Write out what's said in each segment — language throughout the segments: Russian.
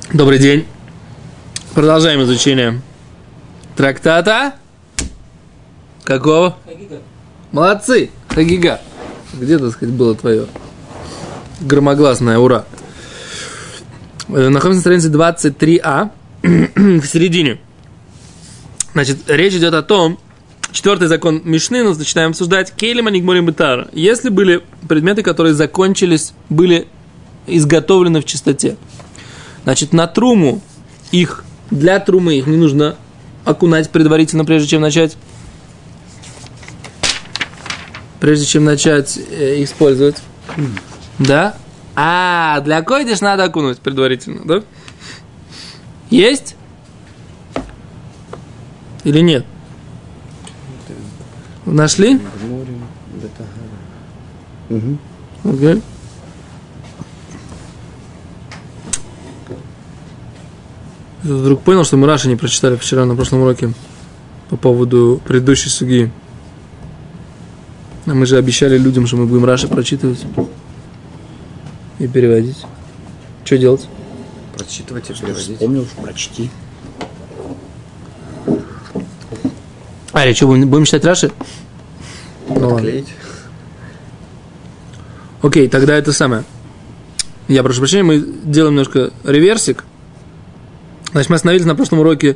Добрый день. Продолжаем изучение трактата. Какого? Хагига. Молодцы. Хагига. Где, так сказать, было твое громогласное ура? Находимся на странице 23а, в середине. Значит, речь идет о том, четвертый закон Мишны, мы начинаем обсуждать Кейлем Анигморим Бетара. Если были предметы, которые закончились, были изготовлены в чистоте, значит, на труму их, для трумы их не нужно окунать предварительно, прежде чем начать использовать. Да? А, для койдиш надо окунуть предварительно, да? Есть? Или нет? Нашли? Окей. Я вдруг понял, что мы Раши не прочитали вчера на прошлом уроке по поводу предыдущей суги. А мы же обещали людям, что мы будем Раши прочитывать и переводить. Что делать? Прочитывать и переводить. Вспомнил, что прочти. Ари, что, будем читать Раши? Ну, Клеить. Окей, тогда это самое. Я прошу прощения, мы делаем немножко реверсик. Значит, мы остановились на прошлом уроке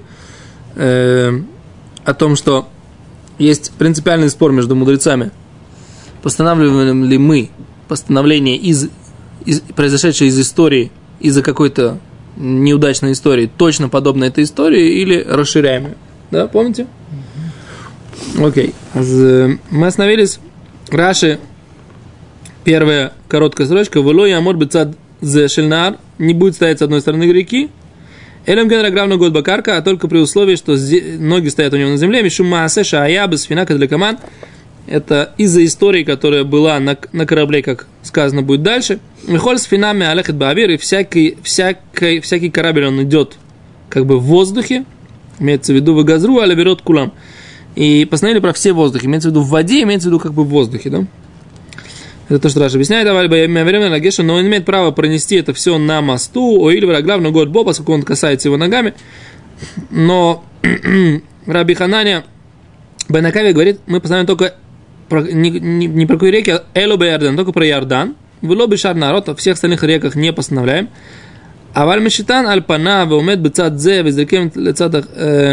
о том, что есть принципиальный спор между мудрецами. Постанавливаем ли мы постановление произошедшее из истории, из-за какой-то неудачной истории, точно подобно этой истории, или расширяем ее? Да, помните? Окей. Мы остановились. Раши, первая короткая строчка. «Вело ямор бецад зе шельнар» не будет стоять с одной стороны реки. «Элем ген рагравну год бакарка», а только при условии, что ноги стоят у него на земле. «Мишум маасе шаая сфина кадлекаман». Это из-за истории, которая была на корабле, как сказано будет дальше. «Михоль сфинами алехет баавир», и всякий корабль, он идет как бы в воздухе. Имеется в виду «вегазру аля берет кулам». И постановили про все воздухи. Имеется в виду в воде, имеется в виду как бы в воздухе, да? Это то, что Раши объясняет. Но он имеет право пронести это все на мосту. Или главный год Бо, поскольку он касается его ногами. Но Раби Ханания бен Акави говорит, мы постановим только не про какие реки, а Эло бе Ярдан, только про Ярдан. В лобби шар народ, во всех остальных реках не постановляем. А валь мешитан аль-пана веумет бецад зе везрекем лецадах.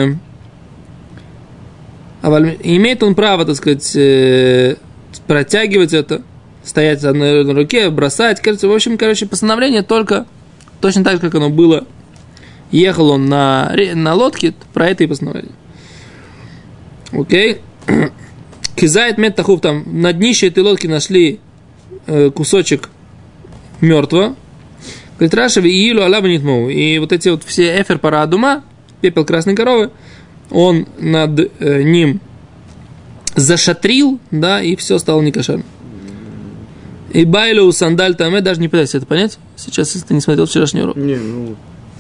Имеет он право, так сказать, протягивать это, стоять на руке, бросать. В общем, постановление только точно так же, как оно было. Ехал он на лодке, про это и постановление. Окей. Кизает меттахув, там на днище этой лодки нашли кусочек мертвого. Говорит, Раши, иилу алаба нитмоу. И вот эти вот все эфер пара адума, пепел красной коровы, он над ним зашатрил, да, и все стало некошерным. И байлю сандаль таме, даже не пытайся это понять, сейчас, если ты не смотрел вчерашний урок. Не, ну...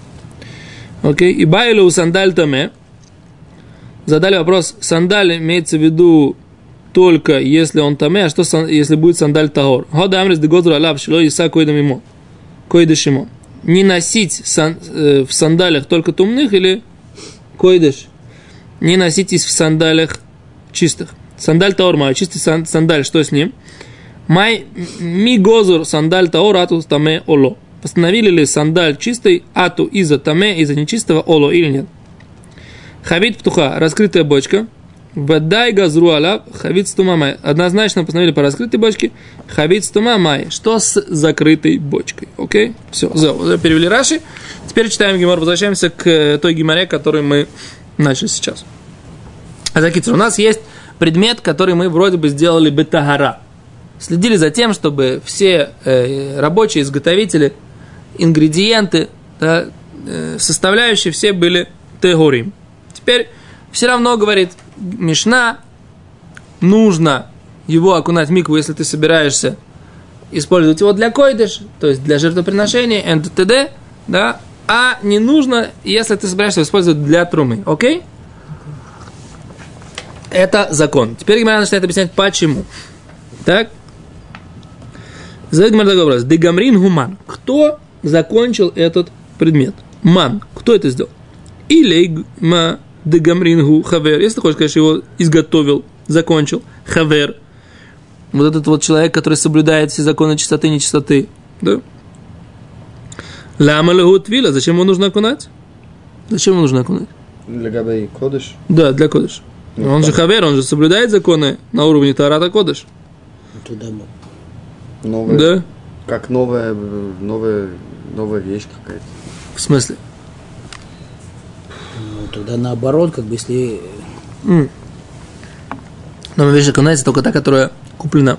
Окей, и байлю сандаль таме, задали вопрос, сандаль имеется в виду только если он таме, а что если будет сандаль тагор? Хода амрис де гозру алав, шило иса койдам ему, койдыш ему. Не носить в сандалях только тумных или койдыш? Не носитесь в сандалях чистых. Сандаль таор май, чистый сандаль, что с ним? Май ми гозур сандаль таор ату таме оло. Постановили ли сандаль чистый ату из-за таме, из-за нечистого оло или нет? Хавит птуха, раскрытая бочка. Вадай газру алаб, хавит стума май. Однозначно постановили по раскрытой бочке. Хавит стума май. Что с закрытой бочкой? Окей? Все, перевели Раши. Теперь читаем Гемор. Возвращаемся к той Геморе, которую мы начали сейчас. У нас есть предмет, который мы вроде бы сделали бетагара. Следили за тем, чтобы все рабочие изготовители, ингредиенты, да, составляющие все были тегорим. Теперь все равно, говорит Мишна, нужно его окунать в микву, если ты собираешься использовать его для койдыш, то есть для жертвоприношения, т.д., да, а не нужно, если ты собираешься использовать для трумы. Окей? Это закон. Теперь Гемара начинает объяснять, почему. Так? Задает Гемара такой вопрос. Дегамрин гуман. Кто закончил этот предмет? Ман. Кто это сделал? Или ма де гамрингу хавер. Если ты хочешь, конечно, его изготовил, закончил. Хавер. Вот этот вот человек, который соблюдает все законы чистоты и нечистоты. Да? Лама легу твила. Зачем его нужно окунать? Зачем его нужно окунать? Для габей кодыш? Да, для кодыш. Он же хавер, он же соблюдает законы на уровне Тарата кодыш. Туда новая, да? Как новая вещь какая-то. В смысле? Ну, тогда наоборот, как бы если... Новая вещь окунается только та, которая куплена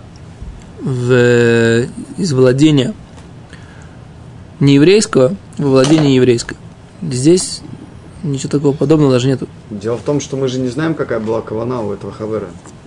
из владения нееврейского во владение еврейское. Здесь ничего такого подобного даже нету. Дело в том, что мы же не знаем, какая была кавана у этого хавера.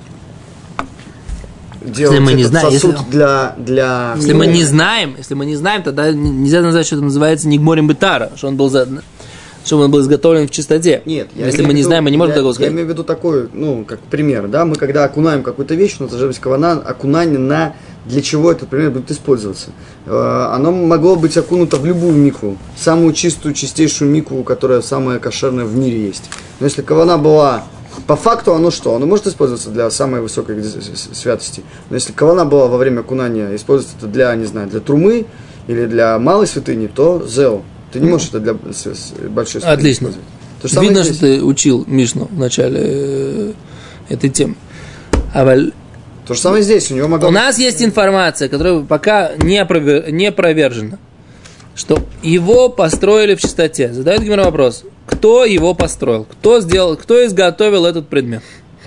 Если мы не знаем, если мы не знаем, тогда нельзя назвать, что это называется нигморим бетара, чтобы он был изготовлен в чистоте. Нет, если мы не знаем, мы не можем такого сказать. Я имею в виду такой, как пример, да, мы когда окунаем какую-то вещь, у нас должна быть кавана, окунание на для чего этот пример будет использоваться. Оно могло быть окунуто в любую микву, самую чистую, чистейшую микву, которая самая кошерная в мире есть. Но если кавана была по факту, оно что? Оно может использоваться для самой высокой святости. Но если кавана была во время окунания использоваться это для, не знаю, для трумы или для малой святыни, то зео. Ты не можешь это для большой святыни. Отлично. Видно, что ты учил Мишну в начале этой темы. То же самое здесь. У нас есть информация, которая пока не опровержена, что его построили в чистоте. Задает Гемара вопрос. Кто его построил? Кто изготовил этот предмет?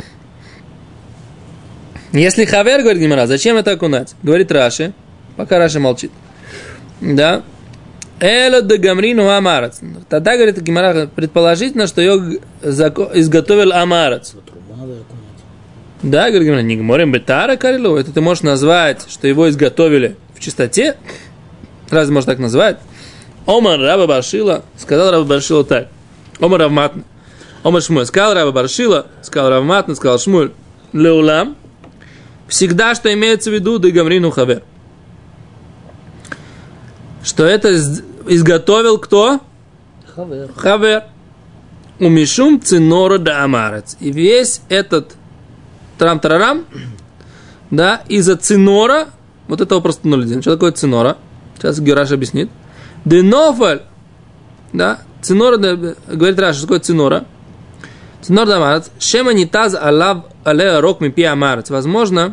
Если хавер, говорит Гемара, зачем это окунать? Говорит Раши, пока Раши молчит. Да. Эло де гамрину амарец. Тогда, говорит Гемара, предположительно, что ее изготовил амарец. Да, говорит Гемара, не гморем бетара карилу. Это ты можешь назвать, что его изготовили в чистоте? Разве можно так назвать? Омар Раба Баршила, сказал Раба Баршила так. Омар Равматна. Омар Шмуль. Сказал Раба Баршила, сказал Равматна, сказал Шмуль. Леулам. Всегда, что имеется в виду, да гамрину хавер. Что это изготовил кто? Хавер. Умишум цинора да амарец. И весь этот трам-тарарам, да, из-за цинора, вот этого просто 0,1. Что такое цинора? Сейчас Гераш объяснит. Денофаль, да, цинора, говорит Раш, что такое цинора? Цинор да амарец. Шема нитаз алав алея рок ми пи амарец. Возможно,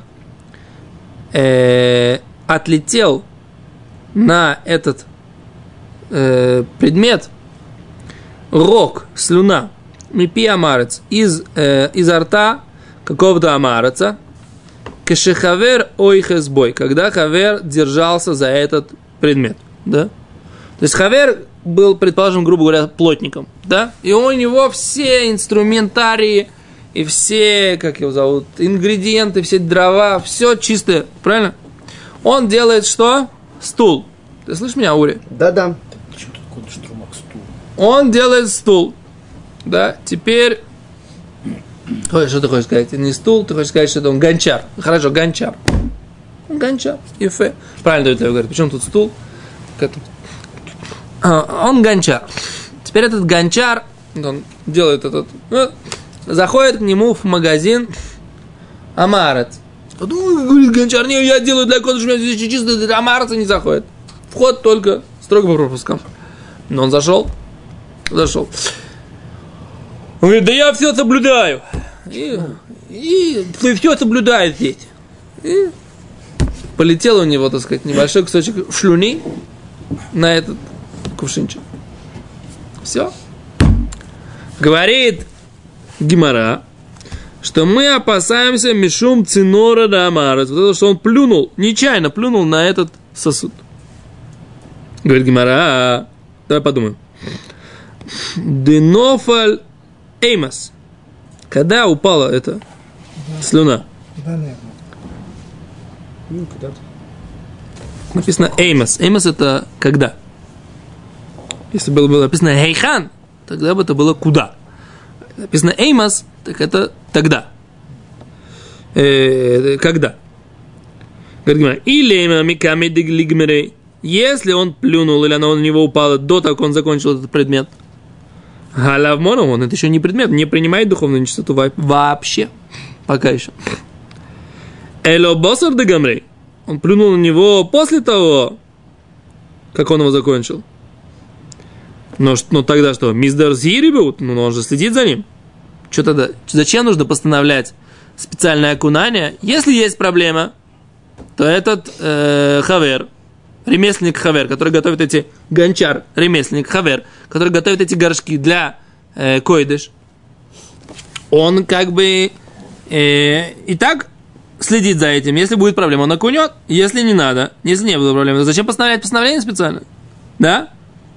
отлетел на этот предмет рог, слюна, мипи амарец, изо рта какого-то амареца, кешехавер ойхесбой, когда хавер держался за этот предмет, да? То есть хавер был, предположим, грубо говоря, плотником, да? И у него все инструментарии и все, как его зовут, ингредиенты, все дрова, все чистое, правильно? Он делает что? Стул. Ты слышишь меня, Ури? Да-да. Он делает стул. Да, теперь... Ой, что ты хочешь сказать? Не стул, ты хочешь сказать, что это он гончар. Хорошо, гончар. Он гончар. Ефе. Правильно ты говоришь. Почему тут стул? Он гончар. Теперь этот гончар, он делает этот... заходит к нему в магазин амарец. Говорит гончар, не, я делаю для кода, что у меня здесь чисто, амарца не заходит. Вход только строго по пропускам. Но он зашел. Он говорит, да я все соблюдаю. И все соблюдает здесь. И полетел у него, так сказать, небольшой кусочек шлюни на этот кувшинчик. Все. Говорит Гемара, что мы опасаемся мишум цинора да амарец. Вот это, что он плюнул, нечаянно плюнул на этот сосуд. Говорит Гемара, давай подумаем. Денофаль эймас. Когда упала эта слюна? Написано эймас. Эймас это когда? Если было бы написано хейхан, тогда бы это было куда? Написано эймас, так это тогда. Когда? Говорит Гемара, или миками диглигмерей. если он плюнул или оно на него упало до того, как он закончил этот предмет, галавмону, он это еще не предмет, не принимает духовную нечистоту вообще. Пока еще. Эло босар де гамрей. Он плюнул на него после того, как он его закончил. Но тогда что? Миздар зирибут? Ну, он же следит за ним. Что тогда? Зачем нужно постановлять специальное окунание? Если есть проблема, то этот хавер, ремесленник хавер, который готовит эти гончар, ремесленник хавер, который готовит эти горшки для койдыш, он как бы и так следит за этим. Если будет проблема, он окунет. Если не надо, если не было проблемы, то зачем постановлять постановление специально? Да?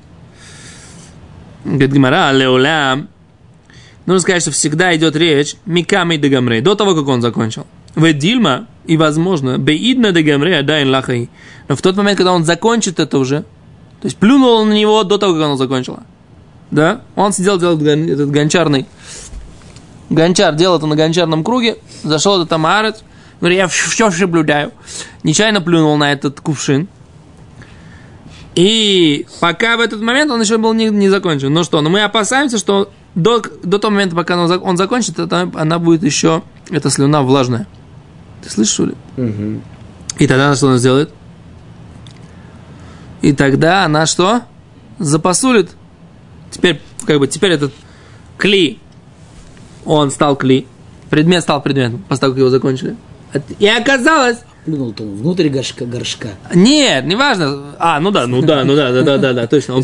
Говорит Гемара, леулям. Нужно сказать, что всегда идет речь миками де гамрей, до того, как он закончил. Ведильма, и возможно, беидна де гамрей адайн лахай. Но в тот момент, когда он закончит это уже, то есть плюнул на него до того, как он закончил. Да? Он сидел, делал этот гончар делал это на гончарном круге, зашел этот амарец, говорит, я все соблюдаю. Нечаянно плюнул на этот кувшин. И пока в этот момент он еще был не закончен. Ну что, мы опасаемся, что до того момента, пока он закончит, она будет еще, эта слюна влажная. Ты слышишь, что ли? Угу. И тогда она что она сделает? И тогда она что? Запасулит. Теперь этот кли, он стал кли, предмет стал предметом, после того, как его закончили. И оказалось... Плюнул-то внутрь горшка. Нет, не важно. Ну да, точно.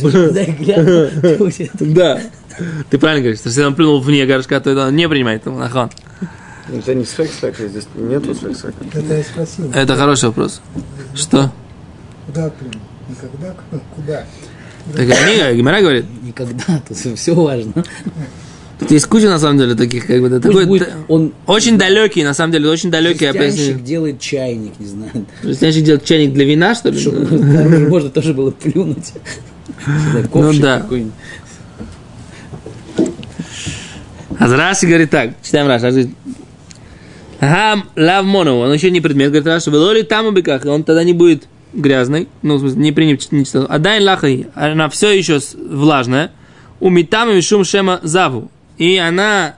Да. Ты правильно говоришь, что если он плюнул вне горшка, то это не принимает нахон. Это не сфексака, здесь нету сфексака. Это я спросил. Это хороший вопрос. Что? Куда плюнул? Никогда? Куда? Так Гемара говорит. Никогда, тут все важно. Тут есть куча, на самом деле, таких, как бы, такой, он очень далекий, на самом деле, очень далекий. Жестянщик делает чайник, не знаю. Жестянщик делает чайник для вина, что ли? Чтобы можно тоже было плюнуть. Ну да. А Раши говорит так, читаем Раши. Ага, лав мону, он еще не предмет, говорит Раши, велоли там убеках, он тогда не будет грязный, ну, в смысле, не принят ничего. А дай лахай, она все еще влажная, умитам и шум шема заву. И она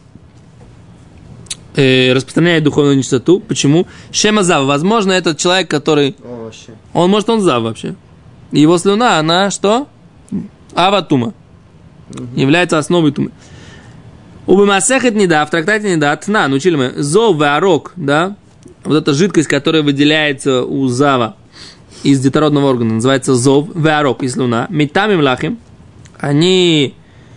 распространяет духовную нечистоту. Почему? Шема зав. Возможно, этот человек, который... Он зав вообще. Его слюна, она что? Аватума. Является основой тумы. Убимасехет неда, в трактате неда, тна, научили мы, зов варок, да? Вот эта жидкость, которая выделяется у зава из детородного органа, называется зов варок, и слюна. Митамим лахим. Они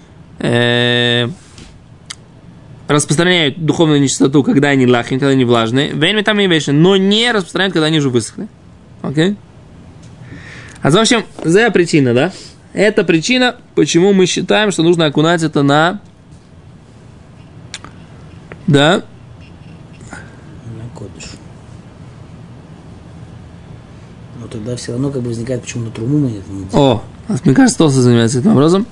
распространяют духовную нечистоту, когда они лахим, когда они влажные, но не распространяют, когда они уже высохли. Окей? А в общем, за причина, да? Это причина, почему мы считаем, что нужно окунать это на... Да? На кодыш. Но тогда все равно как бы возникает, почему на труму мы это не делаем. О, мне кажется, Тоса занимается этим образом.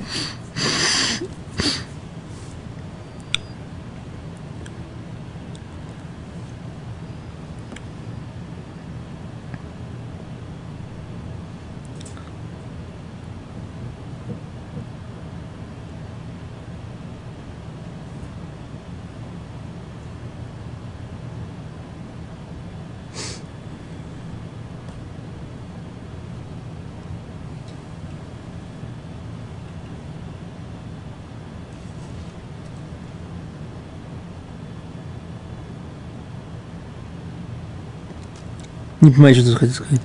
Не понимаю, что ты хотел сказать.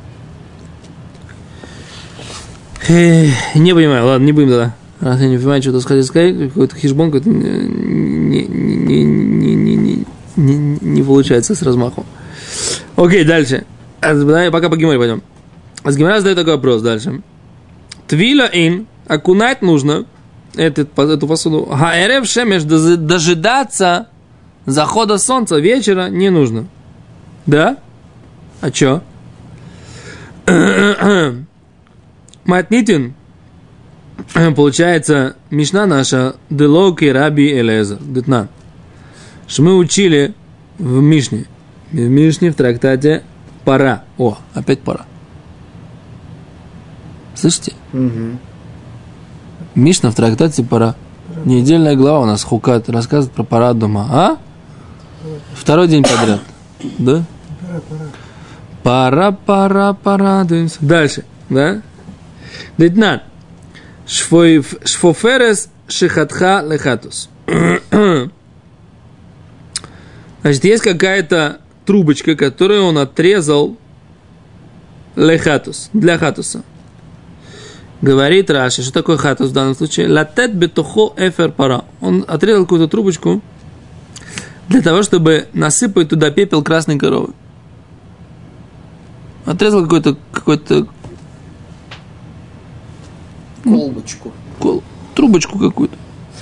Не понимаю, ладно, не будем тогда. Раз я не понимаю, что ты хотел сказать, какой-то хижбон какой-то не получается с размахом. Окей, дальше. Пока по Гемаре пойдем. С Гемара задает такой вопрос дальше. Твила ин, окунать нужно эту посуду. Хаэрев шемеш, дожидаться захода солнца вечера не нужно. Да? А чё? Матнитин, получается, Мишна наша, Делоки Раби Элезер, Детна, что мы учили в Мишне в трактате Пара. О, опять Пара. Слышите? Мгм. Мишна в трактате пора. Недельная глава у нас Хукат рассказывает про парад дома. А? Второй день подряд. Да? Пора, порадуемся. Дальше, да? Дейтнан. Шфоферес шихатха лехатус. Значит, есть какая-то трубочка, которую он отрезал лехатус, для хатуса. Говорит Раши, что такое хатус в данном случае? Латет бетухо эфер пара. Он отрезал какую-то трубочку для того, чтобы насыпать туда пепел красной коровы. Отрезал какой-то Колбочку. трубочку какую-то.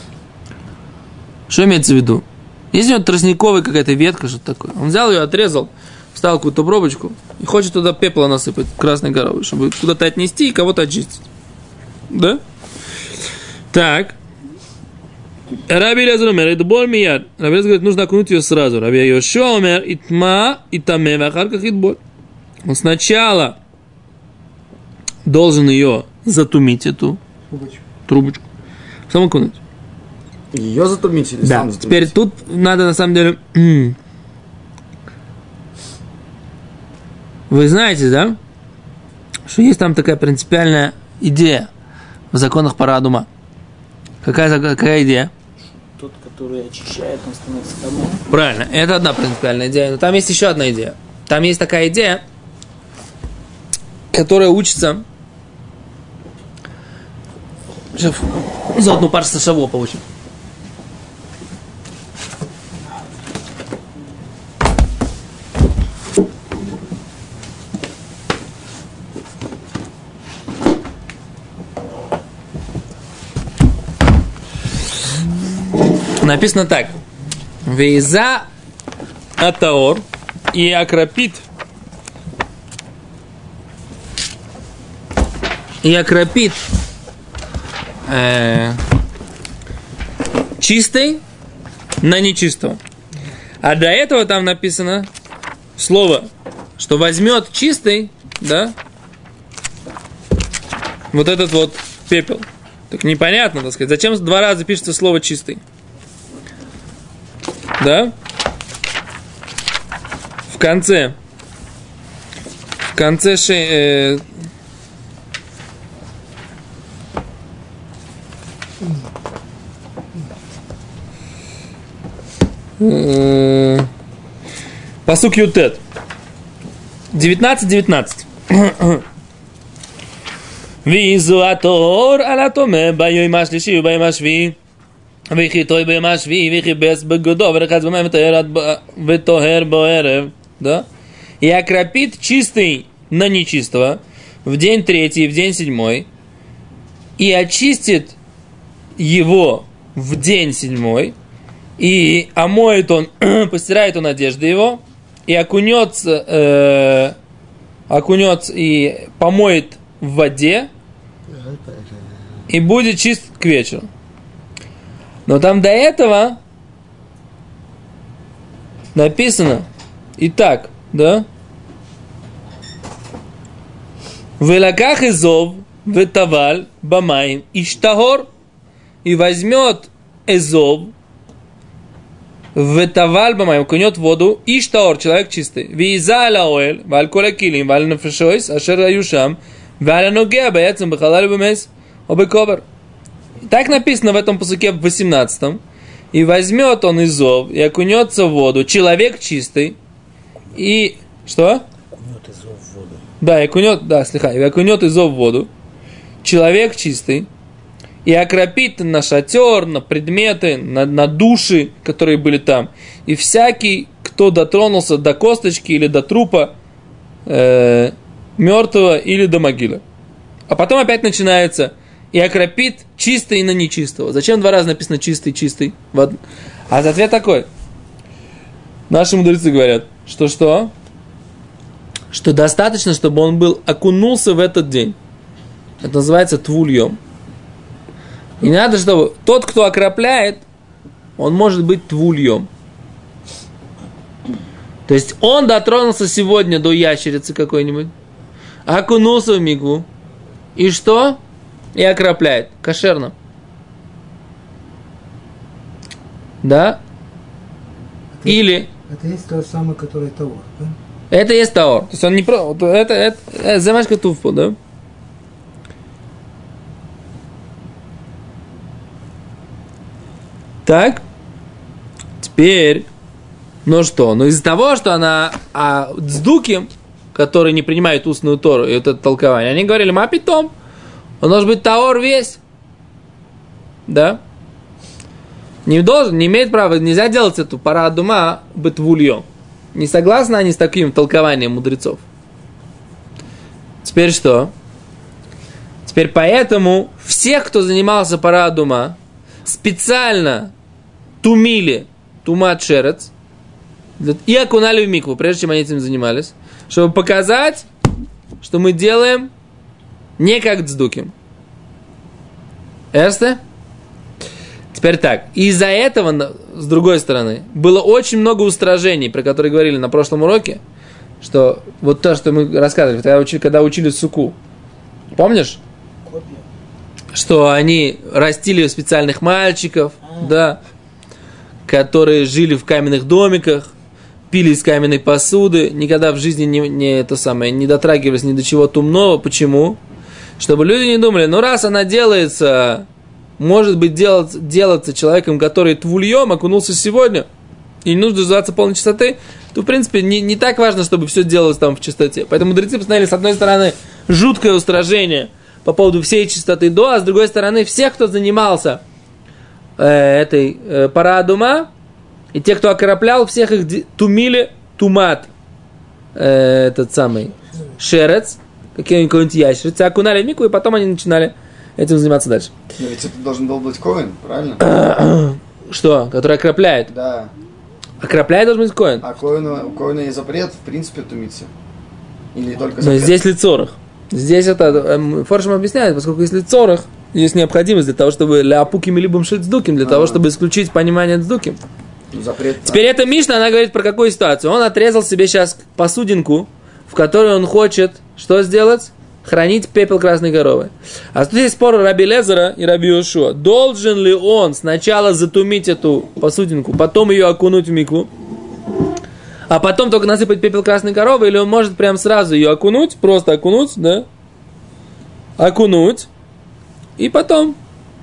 Что имеется в виду? Если у него тростниковая какая-то ветка, что-то такое. Он взял ее, отрезал, вставил какую-то пробочку и хочет туда пепла насыпать красной коровы, чтобы куда-то отнести и кого-то очистить. Да? Так. Раби Элиэзер омер, идбор мияд. Раби Элиэзер говорит, нужно окунуть ее сразу. Раби Йошуа омер, итма, итаме, вахарках идбор. Он сначала должен ее затумить, эту трубочку. Сам окунуть. Ее затумить или Да, сам затумить? теперь тут надо на самом деле... Вы знаете, да, что есть там такая принципиальная идея в законах Парадума. Какая идея? Тот, который очищает, он становится домом. Правильно, это одна принципиальная идея. Но там есть еще одна идея. Там есть такая идея, которая учится... Сейчас за одну пару Шаво получим. Написано так. Вейза атаор и окропит. И окропит чистый на нечистого. А до этого там написано слово, что возьмет чистый, да, вот этот вот пепел. Так непонятно, так сказать. Зачем два раза пишется слово чистый? Да? В конце пасук Ютет 19. Визуатор алатоме байой машлиши байой машви вихитой байой машви вихибес бегудо верхаз бамай ветохер боэрев. Да? И окропит чистый на нечистого в день 3, в день 7, и очистит его в день 7, и омоет он, постирает он одежды его, и окунется и помоет в воде, и будет чист к вечеру. Но там до этого написано и так, да? Велаках изов ветаваль бамаим иштагор, и возьмет эзов ветаваль бамаим, окунет в воду иштагор, человек чистый. Виза аля оэль валь коля килим валь нафешойс ашер аюшам валь ногеа бэцэм бэхалаль бэмэс обэковер. Так написано в этом пасуке в 18. И возьмет он изов и окунется в воду, человек чистый, и что? Окунет изов в воду. Да, и окунет изов в воду, человек чистый, и окропит на шатер, на предметы, на души, которые были там. И всякий, кто дотронулся до косточки или до трупа мертвого или до могилы. А потом опять начинается и окропит чистый на нечистого. Зачем два раза написано чистый? А ответ такой. Наши мудрецы говорят, что достаточно, чтобы он окунулся в этот день. Это называется твульем. И не надо, чтобы тот, кто окропляет, он может быть твульем. То есть он дотронулся сегодня до ящерицы какой-нибудь, окунулся в микву, И что? И окропляет. Кошерно. Да? Или... Это есть то самое, которое тавор, да? Это есть таор. То есть он не про... Это замашка туфпу, да? Так. Теперь... Ну что? Ну из-за того, что она... Цдуки, которые не принимают устную Тору, и это толкование, они говорили, мапитом, он должен быть таор весь. Да? Не должен, не имеет права, нельзя делать эту парадума бытвульем. Не согласны они с таким толкованием мудрецов? Теперь что? Теперь поэтому всех, кто занимался парадума, специально тумили тумат шерец и окунали в микву, прежде чем они этим занимались, чтобы показать, что мы делаем не как цдуким. Ясно? Теперь так, из-за этого, с другой стороны, было очень много устражений, про которые говорили на прошлом уроке, что вот то, что мы рассказывали, когда учили суку. Помнишь? Что они растили специальных мальчиков, да, которые жили в каменных домиках, пили из каменной посуды, никогда в жизни не дотрагивались ни до чего тумного. Почему? Чтобы люди не думали, ну раз она делается... Может быть, делаться человеком, который твульем окунулся сегодня, и не нужно дождаться полной чистоты, то, в принципе, не так важно, чтобы все делалось там в чистоте. Поэтому мудрецы постановили, с одной стороны, жуткое устражение по поводу всей чистоты до, а с другой стороны, всех, кто занимался этой парадума, и те, кто окроплял, всех их тумили тумат, этот самый шерец, какой-нибудь ящерицы, окунали в микву, и потом они начинали этим заниматься дальше. Но ведь это должен был быть коэн, правильно? Что? Который окропляет? Да. Окропляет должен быть коэн. А у коэна есть запрет, в принципе, тумиться? Или только Но запрет? здесь лицорах. Здесь это... Форшем объясняет, поскольку есть лицорах, есть необходимость для того, чтобы ляпуким либо шельцдуким, для того, чтобы исключить понимание цдуким. Запрет. Теперь эта Мишна, она говорит про какую ситуацию. Он отрезал себе сейчас посудинку, в которой он хочет что сделать? Хранить пепел красной коровы. А тут есть спор Раби Лезера и Раби Йошуа. Должен ли он сначала затумить эту посудинку, потом ее окунуть в микву, а потом только насыпать пепел красной коровы, или он может прям сразу ее окунуть, просто окунуть, да? Окунуть, и потом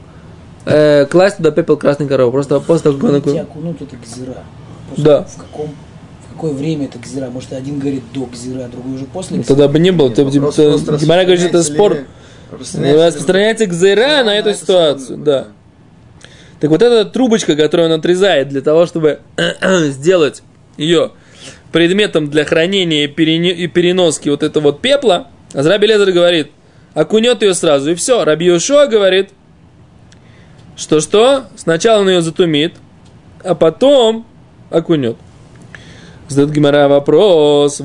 класть туда пепел красной коровы. Просто после того, как он окунуть. Окунуть это гзира. Да. В какое время это гзира? Может, один говорит до гзира, а другой уже после гзира? Тогда бы не было. Гемара говорит, что это спор. Распространяется гзира на эту ситуацию. Да. Так вот эта трубочка, которую он отрезает для того, чтобы сделать ее предметом для хранения и переноски вот этого вот пепла, а Раби Лезер говорит, окунет ее сразу, и все. Раби Йошуа говорит, что сначала он ее затумит, а потом окунет. Задает Гемара вопрос,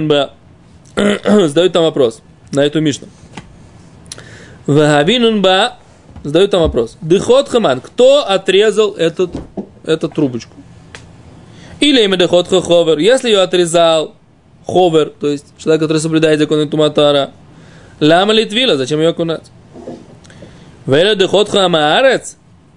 задают там вопрос на эту Мишну. Задают там вопрос. Дыхот хаман, кто отрезал эту трубочку? Или имя дыхот ховер, если ее отрезал ховер, то есть человек, который соблюдает законы туматара, лама литвила, зачем ее окунать? Веля дыхот хамаарец.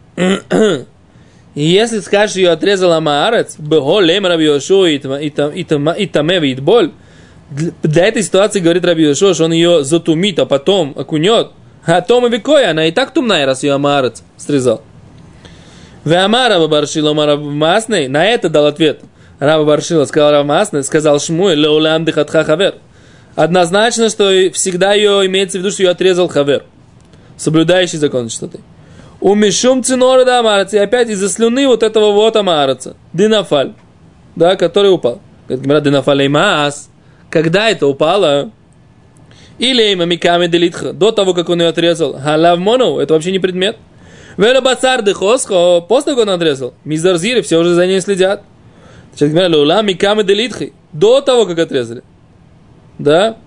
И если скажешь, ее отрезал амаарец, бехолем Раби Йошуа и тамев и идболь, для этой ситуации говорит Раби Йошуа, что он ее затумит, а потом окунет, а том и векоя, она и так тумная, раз ее амаарец срезал. Веамар Раба Баршила Рав Масный, на это дал ответ. Раба Баршила сказал Рав Масный, сказал Шмуэль, леулам дыхатха хавер. Однозначно, что всегда ее имеется в виду, что ее отрезал хавер, соблюдающий закон чистоты. У Мишум Цинора да Амараца, и опять из-за слюны вот этого вот Амараца, Динафаль, да, который упал. Говорит, Динафаль Эймаас, когда это упало? Или Эйма Миками Делитха, до того, как он ее отрезал. Халав Мону, это вообще не предмет. Вела Бацар Дехосхо, после того, как он отрезал. Мизарзиры, все уже за ней следят. Сейчас говорят, Лула Миками Делитхи, до того, как отрезали. Да?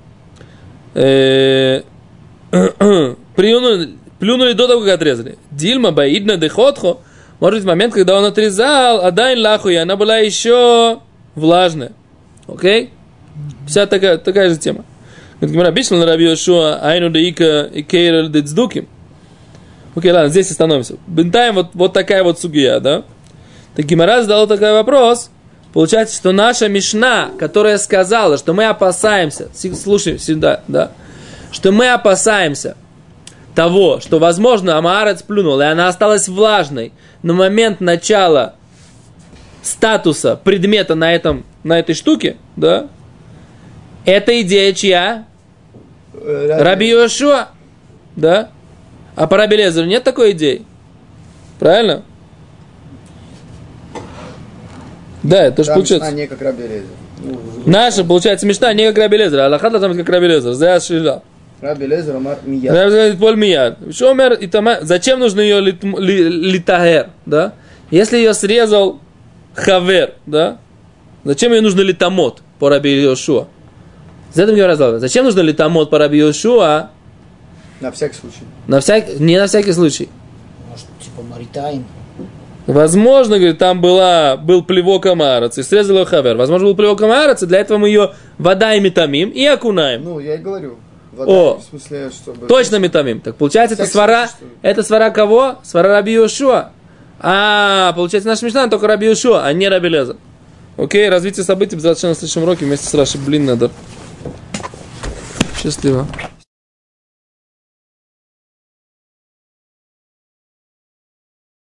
Плюнули до того, как отрезали. Дильма баидна дехотхо. Может быть, момент, когда он отрезал, адайн лаху, и она была еще влажная. Окей? Вся такая же тема. Обещал на Раби Йошуа айну деика и кейрель децдуким. Окей, ладно, здесь остановимся. Бентаем вот такая вот сугия, да? Так Гемара задала такой вопрос. Получается, что наша Мишна, которая сказала, что мы опасаемся, слушай сюда, да, что мы опасаемся того, что, возможно, Амаарец плюнул, и она осталась влажной на момент начала статуса предмета на этой штуке, да, это идея чья? Раби Йошуа, да? А по Раби Элиэзеру нет такой идеи? Правильно? Да, это же получается. Мишна не как Раби Элиэзер. Наша, получается, Мишна не как Раби Элиэзер, а Алаха должна быть как Раби Элиэзер. Раби Элиэзер омар мияд. Раби Элиэзер поль мияд. Зачем нужно ее литагер, да? Если ее срезал хавер, да? Зачем ее нужно литамот по Раби Йошуа? За это мне разговаривают. Зачем нужно литамот по Раби Йошуа? На всякий случай. Не на всякий случай. Может, типа маритайм. Возможно, говорит, там был плевок Амаарец, и срезал ее хавер. Возможно, был плевок Амаарец, и для этого мы ее вода и метамим, и окунаем. Ну, я и говорю. Вода, в смысле, чтобы... Точно метамим. Так, получается, это свара кого? Свара Раби Йошуа. Получается, наша Мишна только Раби Йошуа, а не Раби Элиэзер. Окей, развитие событий в следующем уроке вместе с Раши. Блин, надо. Счастливо.